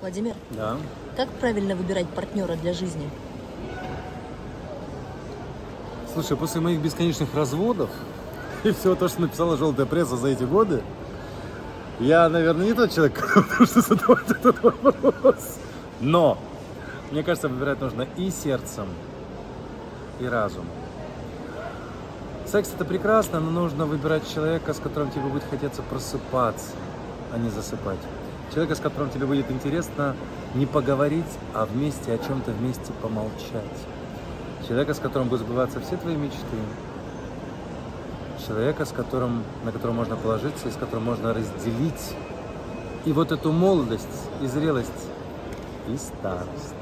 Владимир, Да. как правильно выбирать партнера для жизни? Слушай, после моих бесконечных разводов и всего того, что написала желтая пресса за эти годы, я, наверное, не тот человек, который что задавать этот вопрос. Но, мне кажется, выбирать нужно и сердцем, и разумом. Секс это прекрасно, но нужно выбирать человека, с которым тебе будет хотеться просыпаться, а не засыпать. Человека, с которым тебе будет интересно не поговорить, а вместе о чем-то вместе помолчать. Человека, с которым будут сбываться все твои мечты. Человека, на которого можно положиться и с которым можно разделить и вот эту молодость, и зрелость, и старость.